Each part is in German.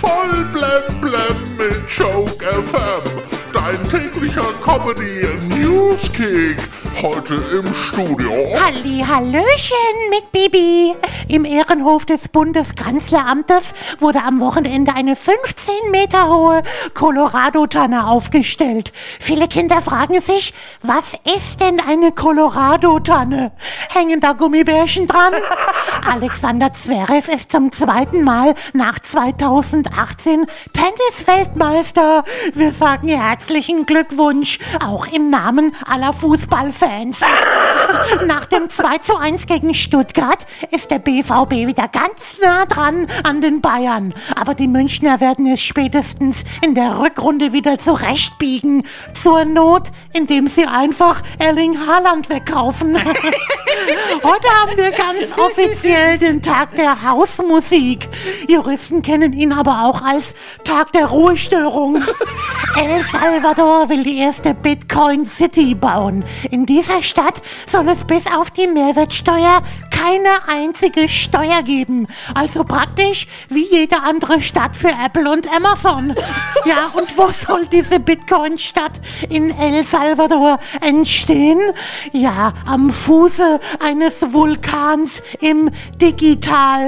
Voll blem blem mit Joke FM. Dein täglicher Comedy Newskick. Heute im Studio. Hallöchen mit Bibi. Im Ehrenhof des Bundeskanzleramtes wurde am Wochenende eine 15 Meter hohe Colorado-Tanne aufgestellt. Viele Kinder fragen sich, was ist denn eine Colorado-Tanne? Hängen da Gummibärchen dran? Alexander Zverev ist zum zweiten Mal nach 2018 Tennisweltmeister. Wir sagen herzlichen Glückwunsch, auch im Namen aller Fußballfans. Nach dem 2:1 gegen Stuttgart ist der BVB wieder ganz nah dran an den Bayern. Aber die Münchner werden es spätestens in der Rückrunde wieder zurechtbiegen. Zur Not, indem sie einfach Erling Haaland wegkaufen. Heute haben wir ganz offiziell den Tag der Hausmusik. Juristen kennen ihn aber auch als Tag der Ruhestörung. El Salvador will die erste Bitcoin City bauen. In dieser Stadt soll es bis auf die Mehrwertsteuer keine einzige Steuer geben. Also praktisch wie jede andere Stadt für Apple und Amazon. Ja, und wo soll diese Bitcoin-Stadt in El Salvador entstehen? Ja, am Fuße eines Vulkans im Digital.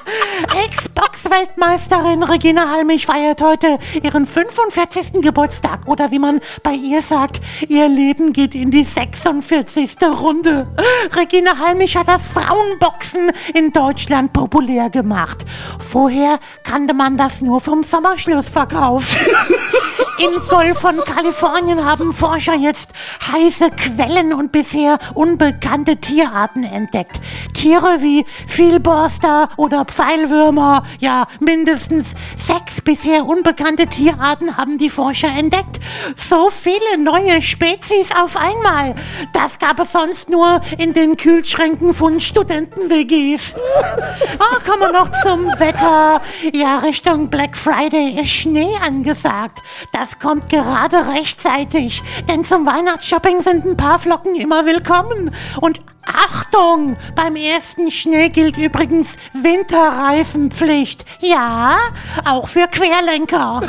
Xbox-Weltmeisterin Regina Halmich feiert heute ihren 45. Geburtstag. Oder wie man bei ihr sagt, ihr Leben geht in die 46. Runde. Regina Halmich hat das Frauenboxen in Deutschland populär gemacht. Vorher kannte man das nur vom Sommerschlussverkauf. Im Golf von Kalifornien haben Forscher jetzt heiße Quellen und bisher unbekannte Tierarten entdeckt. Tiere wie Vielborster oder Pfeilwürmer, ja, mindestens 6 bisher unbekannte Tierarten haben die Forscher entdeckt. So viele neue Spezies auf einmal. Das gab es sonst nur in den Kühlschränken von Studenten-WGs. Kommen wir noch zum Wetter. Ja, Richtung Black Friday ist Schnee angesagt. Das kommt gerade rechtzeitig, denn zum Weihnachtsshopping sind ein paar Flocken immer willkommen. Und Achtung, beim ersten Schnee gilt übrigens Winterreifenpflicht. Ja, auch für Querlenker.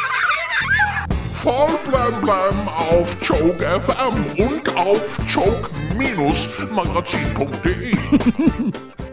Voll blem blem auf Joke FM und auf joke-magazin.de.